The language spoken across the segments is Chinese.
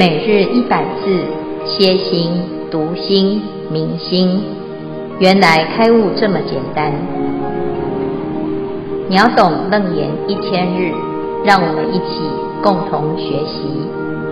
每日100字，歇心、读心、明心，原来开悟这么简单。秒懂楞严1000日，让我们一起共同学习。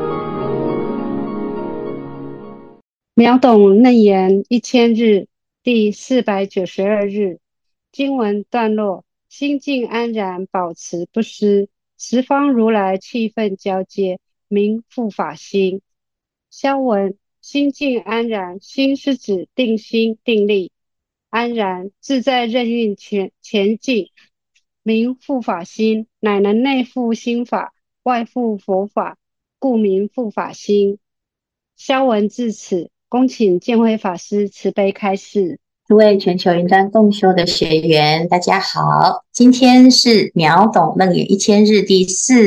秒懂楞严1000日第492日，经文段落：心静安然，保持不失，十方如来气氛交接，名护法心。消文：心静安然，心是指定心定力，安然自在任运前进，名护法心，乃能内护心法，外护佛法，故名护法心。消文至此，恭请建辉法师慈悲开示。 各位全球云端共修的学员，大家好，今天是秒懂楞严1000日第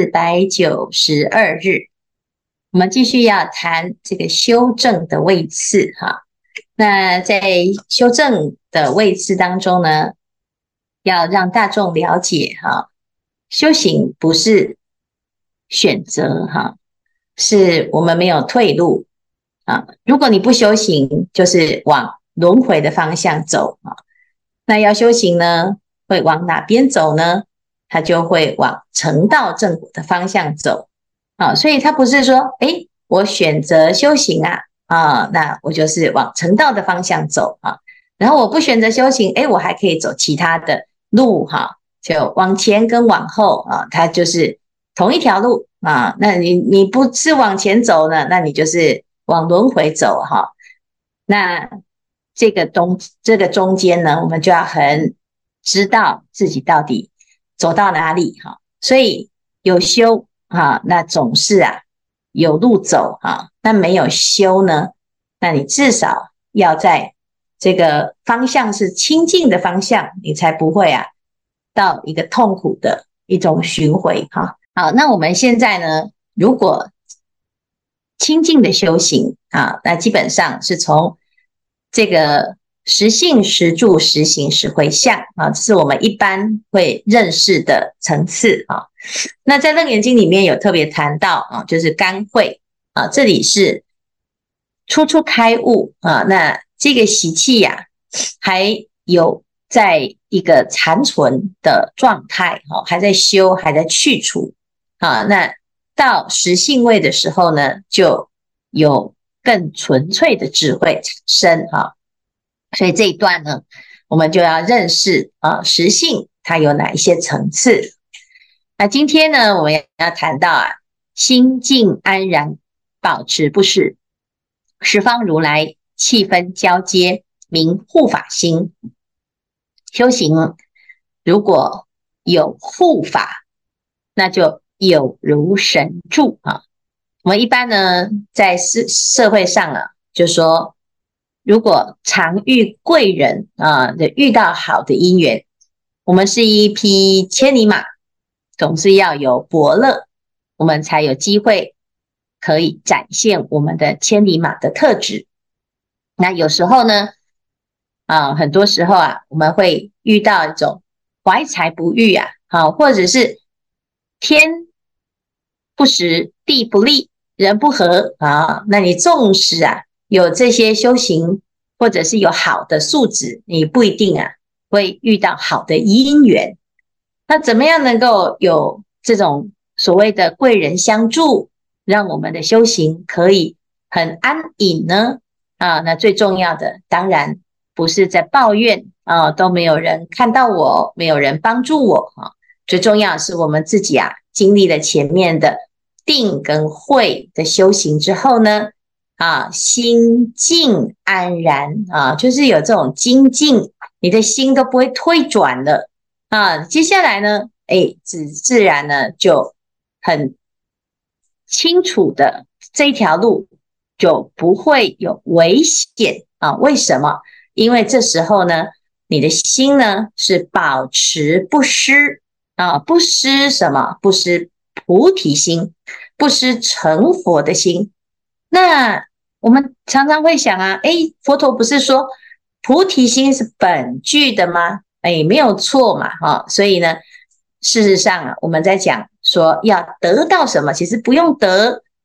492日，我们继续要谈这个修正的位次哈。那在修正的位次当中呢，要让大众了解哈，修行不是选择哈，是我们没有退路啊。如果你不修行，就是往轮回的方向走啊。那要修行呢，会往哪边走呢？它就会往成道正果的方向走啊。所以它不是说，我选择修行那我就是往成道的方向走啊。然后我不选择修行，我还可以走其他的路哈，就往前跟往后啊，它就是同一条路啊。那你不是往前走呢，那你就是往轮回走哈。那这个中间呢，我们就要很知道自己到底走到哪里哈。所以有修那总是有路走那没有修呢，那你至少要在这个方向是清净的方向，你才不会到一个痛苦的一种循回哈。好，那我们现在呢，如果清净的修行那基本上是从这个实性、实住、实行、实回向这是我们一般会认识的层次那在楞严经里面有特别谈到就是甘慧这里是初开悟那这个习气还有在一个残存的状态还在修，还在去除那到实性位的时候呢，就有更纯粹的智慧产生所以这一段呢，我们就要认识实性它有哪一些层次。那今天呢，我们要谈到心静安然，保持不失，十方如来气氛交接，名护法心。修行如果有护法，那就有如神助我们一般呢，在社会上就说，如果常遇贵人遇到好的因缘，我们是一匹千里马，总是要有伯乐，我们才有机会可以展现我们的千里马的特质。那有时候呢很多时候我们会遇到一种怀才不遇或者是天不时地不利人不和那你纵使有这些修行，或者是有好的素质，你不一定会遇到好的因缘。那怎么样能够有这种所谓的贵人相助，让我们的修行可以很安隐呢那最重要的当然不是在抱怨都没有人看到我，没有人帮助我最重要的是我们自己经历了前面的定跟慧的修行之后呢心静安然就是有这种精进，你的心都不会退转了接下来呢自然呢就很清楚的这一条路就不会有危险为什么？因为这时候呢，你的心呢是保持不失不失什么？不失菩提心，不失成佛的心。那我们常常会想佛陀不是说菩提心是本具的吗？没有错嘛所以呢，事实上我们在讲说要得到什么，其实不用得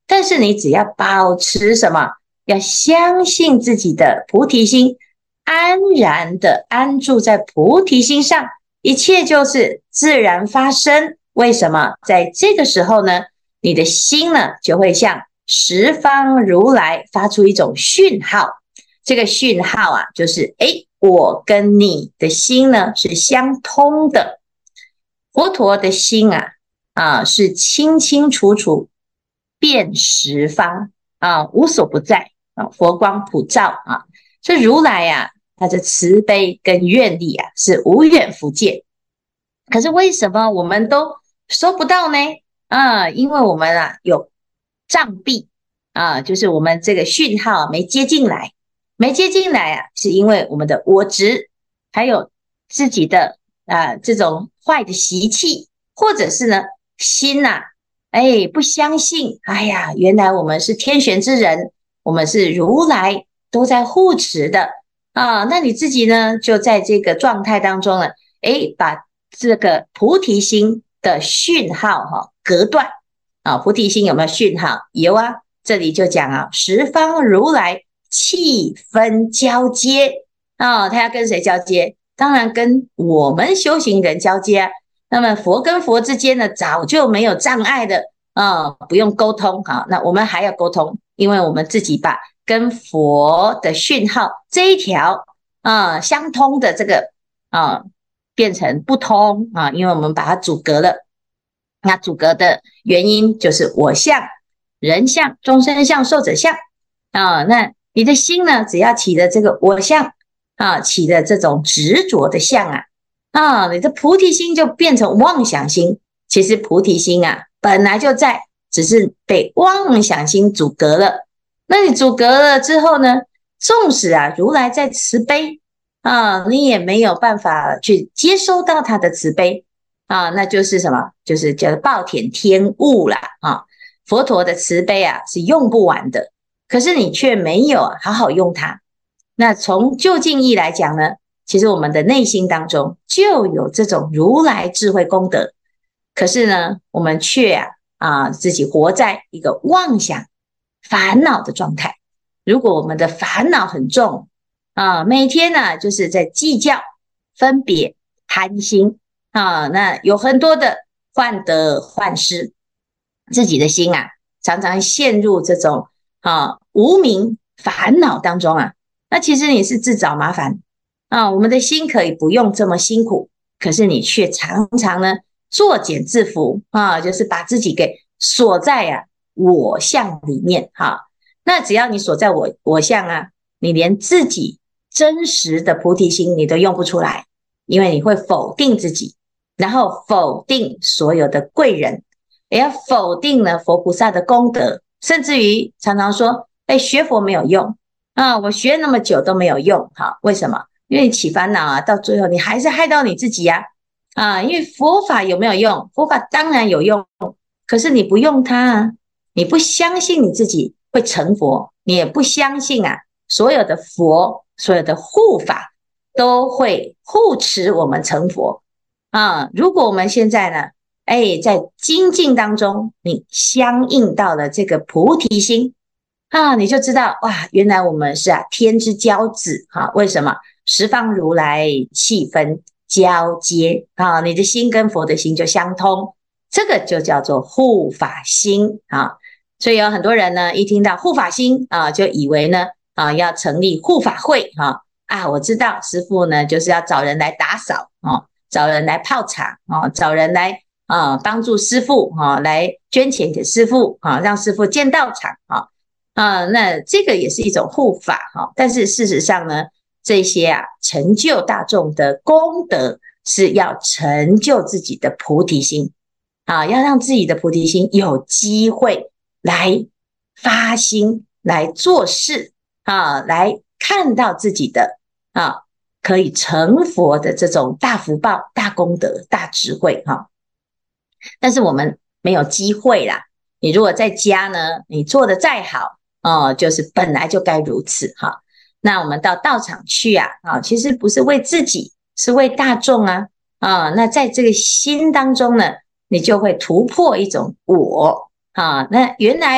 但是你只要保持什么？要相信自己的菩提心，安然的安住在菩提心上，一切就是自然发生。为什么？在这个时候呢，你的心呢就会向十方如来发出一种讯号。这个讯号啊，就是我跟你的心呢是相通的。佛陀的心是清清楚楚遍十方无所不在佛光普照这如来他的慈悲跟愿力是无远弗届。可是为什么我们都收不到呢？因为我们有障蔽就是我们这个讯号没接进来，是因为我们的我执，还有自己的这种坏的习气，或者是呢心不相信，原来我们是天选之人，我们是如来都在护持的那你自己呢就在这个状态当中呢把这个菩提心的讯号隔断菩提心有没有讯号？有这里就讲十方如来气分交接他要跟谁交接？当然跟我们修行人交接那么佛跟佛之间呢早就没有障碍的不用沟通那我们还要沟通，因为我们自己把跟佛的讯号这一条相通的这个变成不通因为我们把它阻隔了。那阻隔的原因就是我相、人相、众生相、寿者相那你的心呢只要起的这个我相起的这种执着的相你的菩提心就变成妄想心。其实菩提心本来就在，只是被妄想心阻隔了。那你阻隔了之后呢，纵使如来在慈悲你也没有办法去接收到他的慈悲那就是什么？就是叫暴殄天物啦佛陀的慈悲是用不完的，可是你却没有好好用它。那从究竟义来讲呢，其实我们的内心当中就有这种如来智慧功德，可是呢我们却自己活在一个妄想烦恼的状态。如果我们的烦恼很重每天就是在计较、分别、贪心那有很多的患得患失，自己的心常常陷入这种无明烦恼当中那其实你是自找麻烦我们的心可以不用这么辛苦，可是你却常常呢作茧自缚就是把自己给锁在我相里面那只要你锁在我相你连自己真实的菩提心你都用不出来，因为你会否定自己，然后否定所有的贵人，也要否定了佛菩萨的功德，甚至于常常说学佛没有用我学那么久都没有用为什么？因为你起烦恼到最后你还是害到你自己因为佛法有没有用？佛法当然有用，可是你不用它你不相信你自己会成佛，你也不相信所有的佛所有的护法都会护持我们成佛如果我们现在呢在精进当中你相应到了这个菩提心你就知道哇，原来我们是天之骄子为什么？十方如来气分交接你的心跟佛的心就相通，这个就叫做护法心所以有很多人呢一听到护法心就以为呢要成立护法会我知道师父呢就是要找人来打扫找人来泡茶找人来帮助师父来捐钱给师父让师父建道场那这个也是一种护法但是事实上呢，这些成就大众的功德是要成就自己的菩提心要让自己的菩提心有机会来发心来做事来看到自己的可以成佛的这种大福报、大功德、大智慧但是我们没有机会啦。你如果在家呢，你做得再好就是本来就该如此那我们到道场去其实不是为自己，是为大众那在这个心当中呢，你就会突破一种我那原来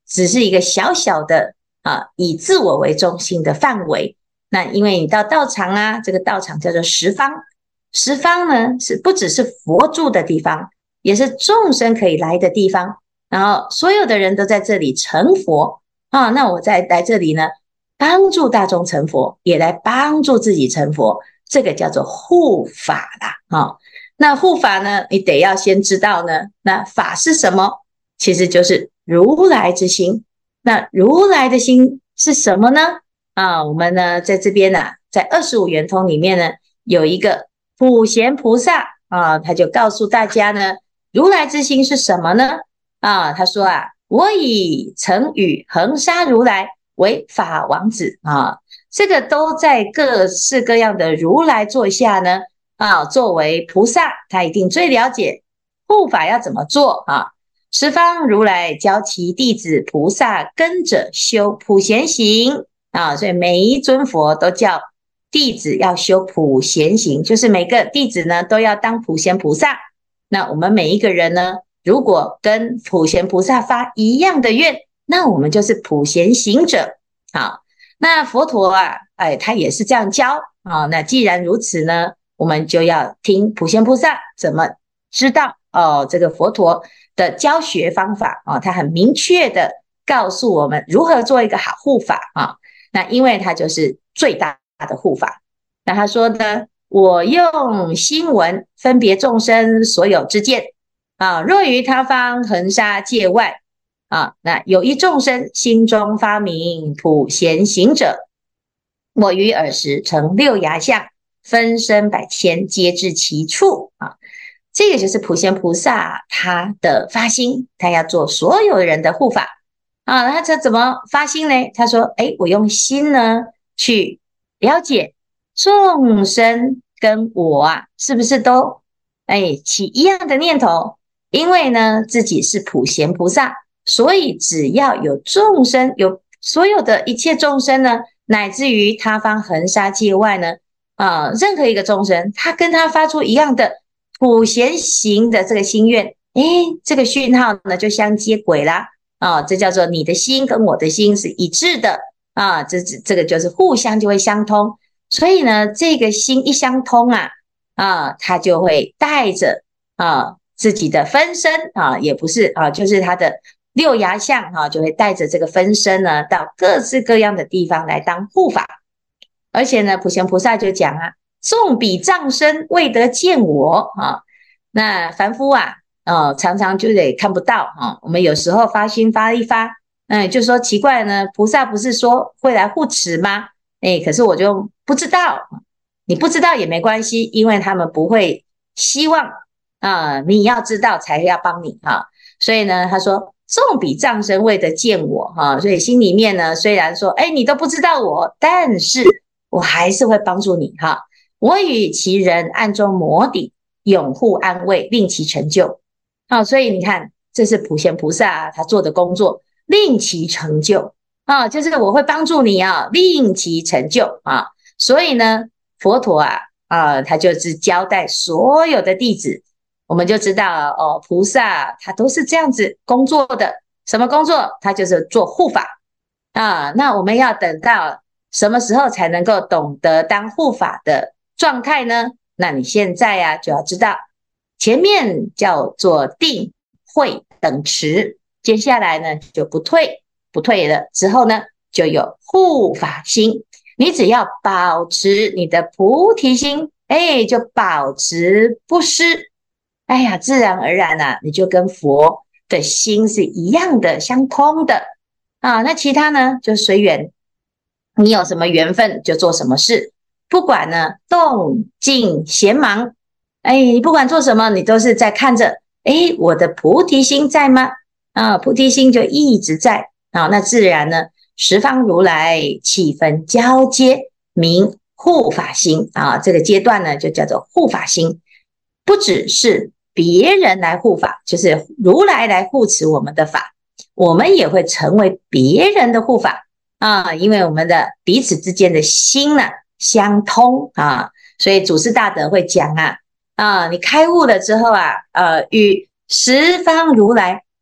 只是一个小小的以自我为中心的范围。那因为你到道场啊，这个道场叫做十方，十方呢是不只是佛住的地方，也是众生可以来的地方，然后所有的人都在这里成佛那我在来这里呢，帮助大众成佛，也来帮助自己成佛，这个叫做护法啦那护法呢，你得要先知道呢，那法是什么？其实就是如来之心。那如来的心是什么呢？我们呢在这边在25圆通里面呢，有一个普贤菩萨他就告诉大家呢，如来之心是什么呢？他说我以曾与恒沙如来为法王子这个都在各式各样的如来座下呢作为菩萨，他一定最了解护法要怎么做十方如来教其弟子菩萨跟着修普贤行所以每一尊佛都叫弟子要修普贤行，就是每个弟子呢都要当普贤菩萨。那我们每一个人呢，如果跟普贤菩萨发一样的愿，那我们就是普贤行者那佛陀他也是这样教那既然如此呢，我们就要听普贤菩萨怎么知道这个佛陀的教学方法他很明确的告诉我们如何做一个好护法那因为他就是最大的护法。那他说呢，我用心闻分别众生所有之见若于他方恒沙界外那有一众生心中发明普贤行者，我于尔时成六牙相，分身百千，皆至其处这个就是普贤菩萨他的发心，他要做所有人的护法他这怎么发心呢？他说我用心呢去了解众生跟我是不是都起一样的念头，因为呢自己是普贤菩萨，所以只要有众生，有所有的一切众生呢，乃至于他方恒沙界外呢任何一个众生，他跟他发出一样的普贤行的这个心愿，这个讯号呢就相接轨啦这叫做你的心跟我的心是一致的这个就是互相就会相通。所以呢这个心一相通他就会带着自己的分身也不是就是他的六牙相就会带着这个分身呢到各式各样的地方来当护法。而且呢普贤菩萨就讲纵彼障身未得见我那凡夫常常就得看不到我们有时候发心发一发就说奇怪呢，菩萨不是说会来护持吗？可是我就不知道。你不知道也没关系，因为他们不会希望你要知道才要帮你所以呢他说纵彼障身未得见我所以心里面呢虽然说你都不知道我，但是我还是会帮助你我与其人暗中摩顶，拥护安慰，令其成就所以你看这是普贤菩萨他做的工作，令其成就就是我会帮助你令其成就所以呢佛陀他就是交代所有的弟子，我们就知道菩萨他都是这样子工作的。什么工作？他就是做护法那我们要等到什么时候才能够懂得当护法的状态呢？那你现在就要知道，前面叫做定慧等持，接下来呢就不退了之后呢就有护法心。你只要保持你的菩提心就保持不失自然而然你就跟佛的心是一样的相通的那其他呢就随缘，你有什么缘分就做什么事，不管呢动静闲忙你不管做什么，你都是在看着我的菩提心在吗菩提心就一直在那自然呢十方如来气分交接，名护法心这个阶段呢就叫做护法心。不只是别人来护法，就是如来来护持我们的法，我们也会成为别人的护法因为我们的彼此之间的心相通所以祖师大德会讲你开悟了之后与十方如来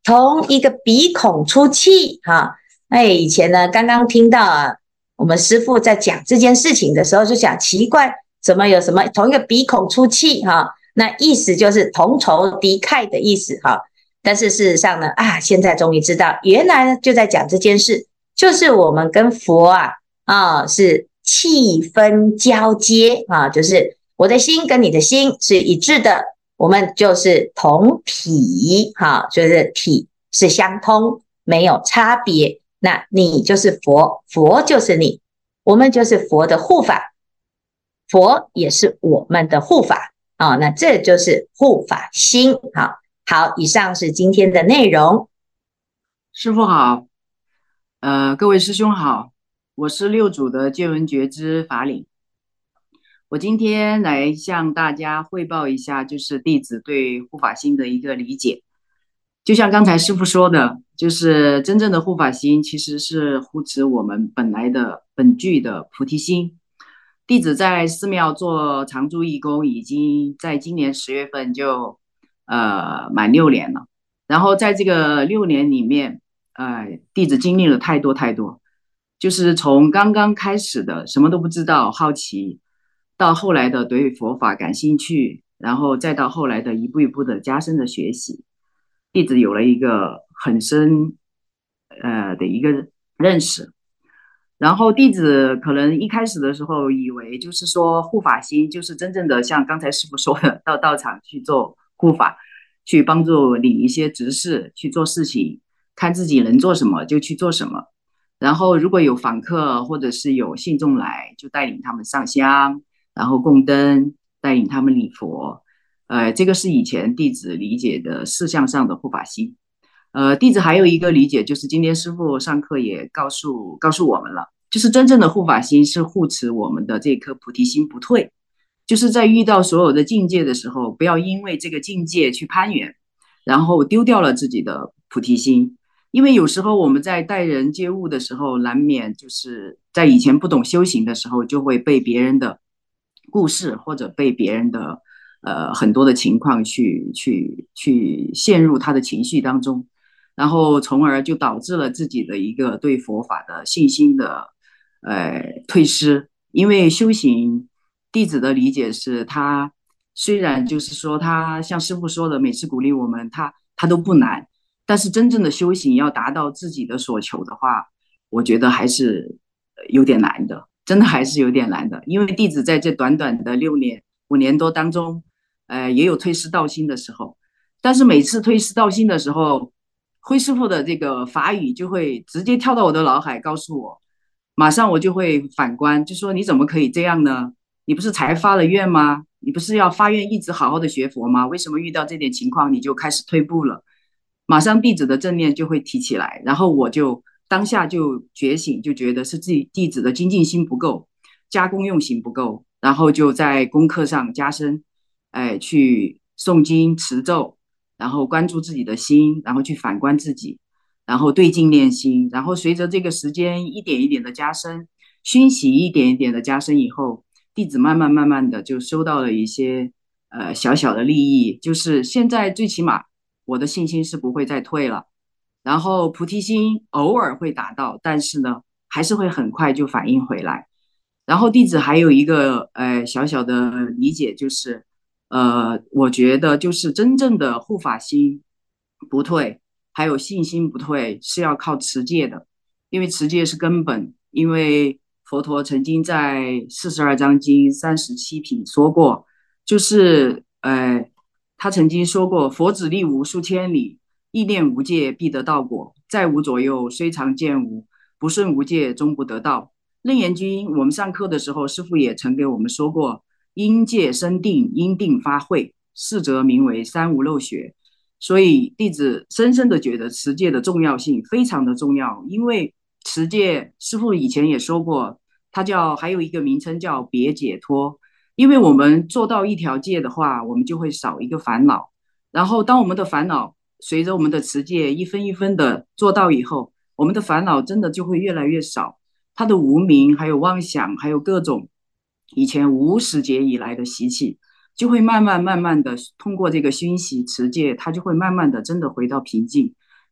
同一个鼻孔出气哈。以前呢，刚刚听到我们师父在讲这件事情的时候，就讲奇怪，怎么有什么同一个鼻孔出气哈？那意思就是同仇敌忾的意思哈。但是事实上呢，现在终于知道，原来呢就在讲这件事，就是我们跟佛是气分交接就是我的心跟你的心是一致的，我们就是同体就是体是相通，没有差别。那你就是佛，佛就是你，我们就是佛的护法，佛也是我们的护法那这就是护法心。好，以上是今天的内容。 师父好，各位师兄好，我是六祖的见闻觉知法领。我今天来向大家汇报一下，就是弟子对护法心的一个理解。就像刚才师父说的，就是真正的护法心其实是护持我们本来的本具的菩提心。弟子在寺庙做常住义工，已经在今年10月份就满6年了。然后在这个6年里面，弟子经历了太多，就是从刚刚开始的什么都不知道好奇，到后来的对佛法感兴趣，然后再到后来的一步一步的加深的学习，弟子有了一个很深的一个认识。然后弟子可能一开始的时候以为就是说护法心就是真正的像刚才师父说的，到道场去做护法，去帮助领一些执事去做事情，看自己能做什么就去做什么。然后如果有访客或者是有信众来，就带领他们上香，然后供灯，带领他们礼佛。这个是以前弟子理解的事项上的护法心。弟子还有一个理解，就是今天师父上课也告诉我们了，就是真正的护法心是护持我们的这颗菩提心不退，就是在遇到所有的境界的时候，不要因为这个境界去攀缘，然后丢掉了自己的菩提心。因为有时候我们在待人接物的时候，难免就是在以前不懂修行的时候，就会被别人的故事或者被别人的很多的情况去陷入他的情绪当中，然后从而就导致了自己的一个对佛法的信心的退失。因为修行弟子的理解是，他虽然就是说他像师父说的，每次鼓励我们他都不难，但是真正的修行要达到自己的所求的话，我觉得还是有点难的，真的还是有点难的。因为弟子在这短短的5年多当中，也有退失道心的时候，但是每次退失道心的时候，慧师父的这个法语就会直接跳到我的脑海，告诉我，马上我就会反观，就说你怎么可以这样呢？你不是才发了愿吗？你不是要发愿一直好好的学佛吗？为什么遇到这点情况你就开始退步了？马上弟子的正念就会提起来，然后我就当下就觉醒，就觉得是自己弟子的精进心不够，加功用行不够，然后就在功课上加深，去诵经持咒，然后关注自己的心，然后去反观自己，然后对镜练心，然后随着这个时间一点一点的加深，熏习一点一点的加深以后，弟子慢慢的就收到了一些小小的利益，就是现在最起码我的信心是不会再退了，然后菩提心偶尔会达到，但是呢还是会很快就反应回来。然后弟子还有一个小小的理解，就是我觉得就是真正的护法心不退，还有信心不退，是要靠持戒的，因为持戒是根本。因为佛陀曾经在42章经37品说过，就是他曾经说过，佛子立无数千里，意念无界必得道果，再无左右虽常见无，不顺无界终不得道。楞严经我们上课的时候，师父也曾给我们说过，因戒生定，因定发慧，是则名为三无漏学。所以弟子深深的觉得持戒的重要性非常的重要，因为持戒师父以前也说过，它还有一个名称叫别解脱。因为我们做到一条戒的话，我们就会少一个烦恼，然后当我们的烦恼随着我们的持戒一分一分的做到以后，我们的烦恼真的就会越来越少，它的无明还有妄想还有各种以前无始劫以来的习气，就会慢慢的通过这个熏习持戒，它就会慢慢的真的回到平静。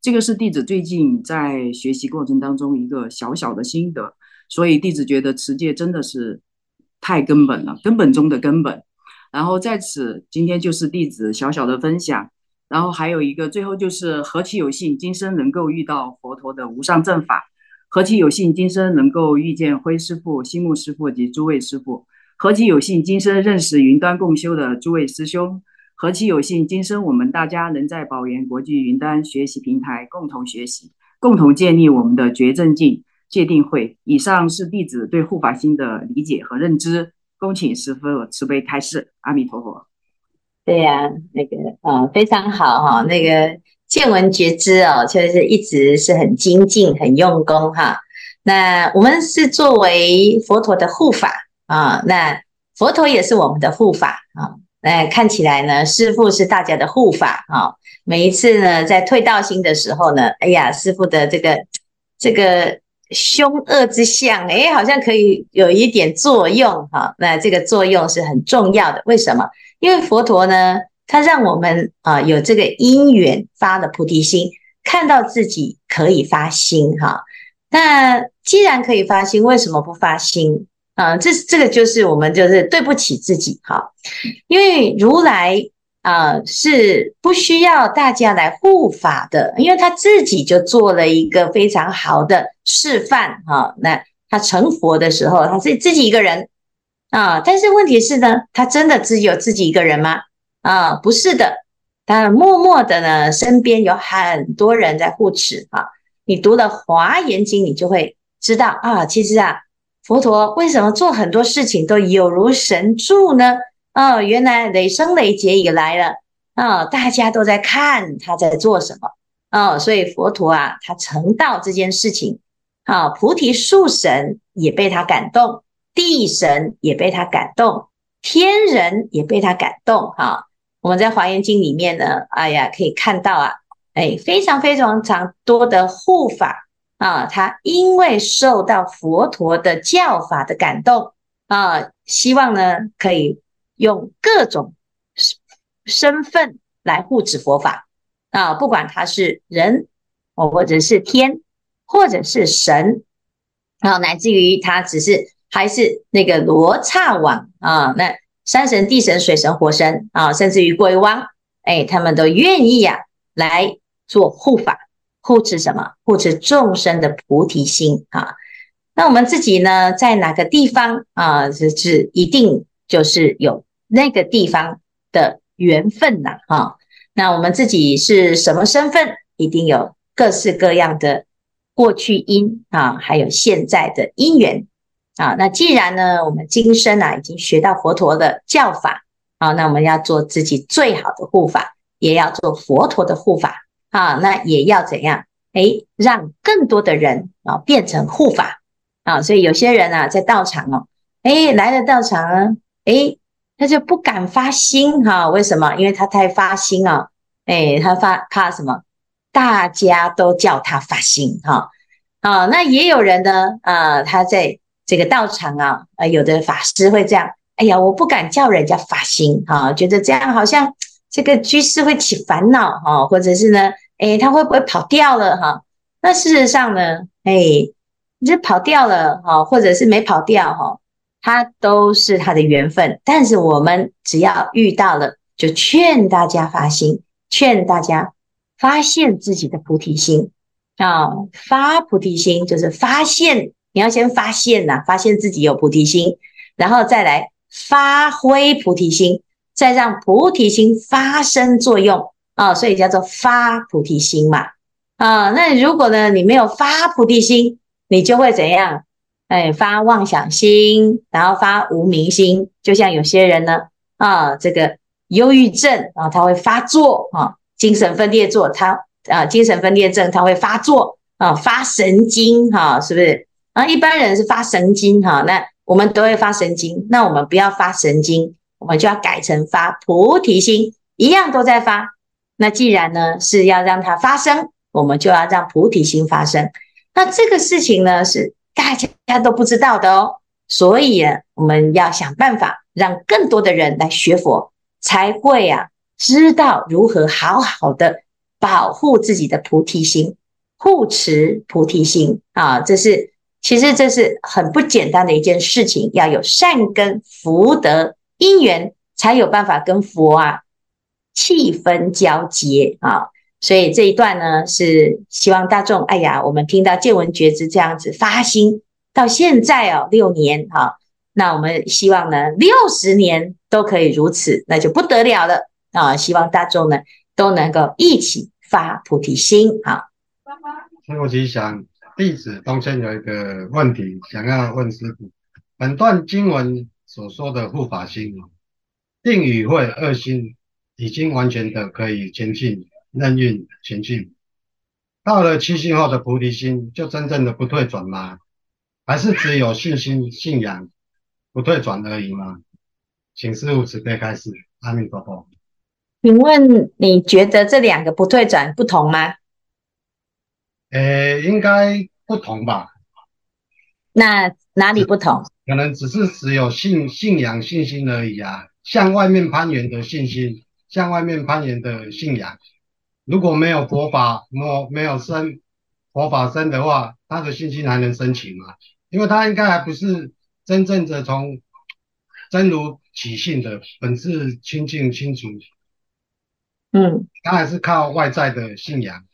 这个是弟子最近在学习过程当中一个小小的心得，所以弟子觉得持戒真的是太根本了，根本中的根本。然后在此，今天就是弟子小小的分享。然后还有一个，最后就是何其有幸，今生能够遇到佛陀的无上正法；何其有幸，今生能够遇见辉师父、心木师父及诸位师父；何其有幸，今生认识云端共修的诸位师兄；何其有幸，今生我们大家能在宝源国际云端学习平台共同学习，共同建立我们的觉正境戒定慧。以上是弟子对护法心的理解和认知，恭请师父慈悲开示。阿弥陀佛。 对呀，非常好哈，那个见闻觉知哦，确实一直是很精进、很用功哈。那我们是作为佛陀的护法啊，那佛陀也是我们的护法啊。那看起来呢，师父是大家的护法啊。每一次呢，在退道心的时候呢，哎呀，师父的这个凶恶之相，哎，好像可以有一点作用哈。那这个作用是很重要的，为什么？因为佛陀呢，他让我们有这个因缘发了菩提心，看到自己可以发心哈。那既然可以发心，为什么不发心啊？这个就是我们就是对不起自己哈。因为如来是不需要大家来护法的，因为他自己就做了一个非常好的示范哈。那他成佛的时候，他是自己一个人。但是问题是呢，他真的只有自己一个人吗？不是的，他默默的呢，身边有很多人在护持啊。你读了华严经，你就会知道其实佛陀为什么做很多事情都有如神助呢？原来累生累劫以来了大家都在看他在做什么所以佛陀他成道这件事情菩提树神也被他感动。地神也被他感动，天人也被他感动我们在华严经里面呢，可以看到非常非常多的护法他因为受到佛陀的教法的感动希望呢可以用各种身份来护持佛法不管他是人或者是天，或者是神乃至于他只是还是那个罗刹王那山神、地神、水神、火神甚至于鬼王他们都愿意来做护法，护持什么？护持众生的菩提心那我们自己呢，在哪个地方是一定就是有那个地方的缘分那我们自己是什么身份，一定有各式各样的过去因还有现在的因缘那既然呢，我们今生已经学到佛陀的教法那我们要做自己最好的护法，也要做佛陀的护法那也要怎样？让更多的人变成护法所以有些人在道场来了道场他就不敢发心为什么？因为他太发心他怕什么？大家都叫他发心那也有人呢他在这个道场有的法师会这样，哎呀，我不敢叫人家发心觉得这样好像这个居士会起烦恼或者是呢他会不会跑掉了那事实上呢这跑掉了或者是没跑掉他都是他的缘分。但是我们只要遇到了，就劝大家发心，劝大家发现自己的菩提心发菩提心就是发现，你要先发现发现自己有菩提心，然后再来发挥菩提心，再让菩提心发生作用所以叫做发菩提心嘛那如果呢你没有发菩提心，你就会怎样？发妄想心，然后发无明心。就像有些人呢这个忧郁症他会发作精神分裂症他会发作发神经是不是一般人是发神经那我们都会发神经，那我们不要发神经，我们就要改成发菩提心，一样都在发。那既然呢是要让它发生，我们就要让菩提心发生。那这个事情呢是大家都不知道的所以我们要想办法让更多的人来学佛，才会知道如何好好的保护自己的菩提心，护持菩提心啊，其实这是很不简单的一件事情，要有善根福德因缘，才有办法跟佛气氛交接啊。所以这一段呢，是希望大众，哎呀，我们听到见闻觉知这样子发心，到现在6年那我们希望呢60年都可以如此，那就不得了了啊！希望大众呢都能够一起发菩提心啊。 师父吉祥，弟子东迁有一个问题想要问师父，本段经文所说的护法心定与慧二心已经完全的可以前进，任运前进，到了七心后的菩提心就真正的不退转吗？还是只有信心信仰不退转而已吗？请师父慈悲开示，阿弥陀佛。 请问你觉得这两个不退转不同吗？ 应该不同吧。 那哪里不同？ 可能只有信仰信心而已向外面攀援的信心，向外面攀援的信仰，如果没有佛法，没有佛法生的话，他的信心还能升起吗？因为他应该还不是真正的从真如起信的本质清净清楚，他还是靠外在的信仰。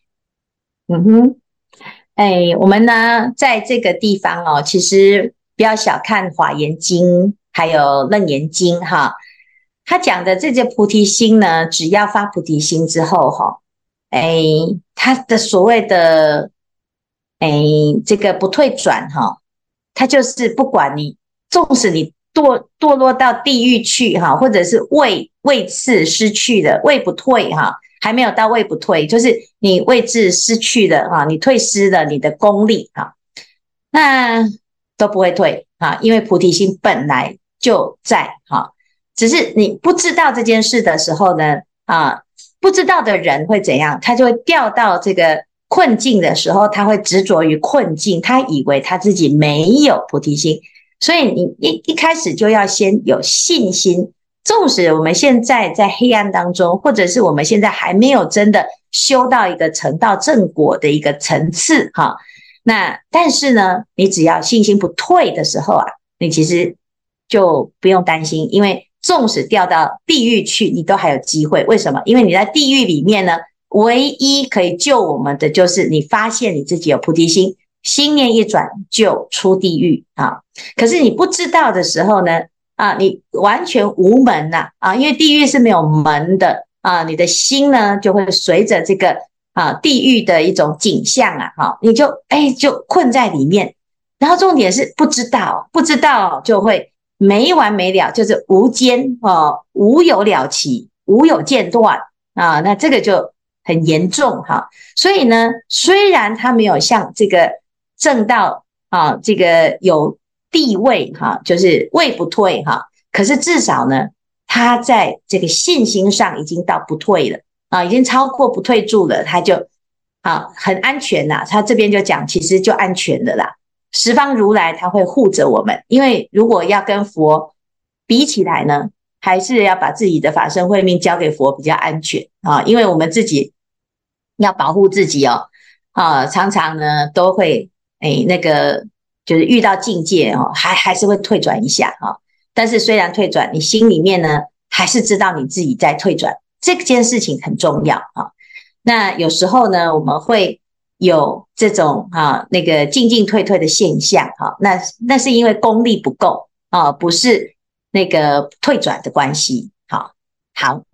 我们呢在这个地方其实不要小看华严经还有楞严经他讲的这些菩提心呢，只要发菩提心之后他的所谓的这个不退转他就是不管你，纵使你堕落到地狱去或者是位次失去的位不退还没有到位不退，就是你位置失去了你退失了你的功力那都不会退因为菩提心本来就在只是你不知道这件事的时候呢不知道的人会怎样？他就会掉到这个困境的时候，他会执着于困境，他以为他自己没有菩提心，所以你一开始就要先有信心。纵使我们现在在黑暗当中，或者是我们现在还没有真的修到一个成道正果的一个层次但是呢，你只要信心不退的时候你其实就不用担心，因为纵使掉到地狱去，你都还有机会。为什么？因为你在地狱里面呢，唯一可以救我们的就是你发现你自己有菩提心，心念一转就出地狱可是你不知道的时候呢你完全无门因为地狱是没有门的你的心呢就会随着这个地狱的一种景象你就困在里面。然后重点是不知道就会没完没了，就是无间无有了期，无有间断那这个就很严重所以呢，虽然他没有像这个正道这个有地位就是位不退可是至少呢，他在这个信心上已经到不退了已经超过不退住了，他就很安全他这边就讲，其实就安全的啦。十方如来他会护着我们，因为如果要跟佛比起来呢，还是要把自己的法身慧命交给佛比较安全因为我们自己要保护自己常常呢都会那个就是遇到境界还是会退转一下但是虽然退转，你心里面呢还是知道你自己在退转，这件事情很重要那有时候呢，我们会有这种那个进退的现象那是因为功力不够不是那个退转的关系好，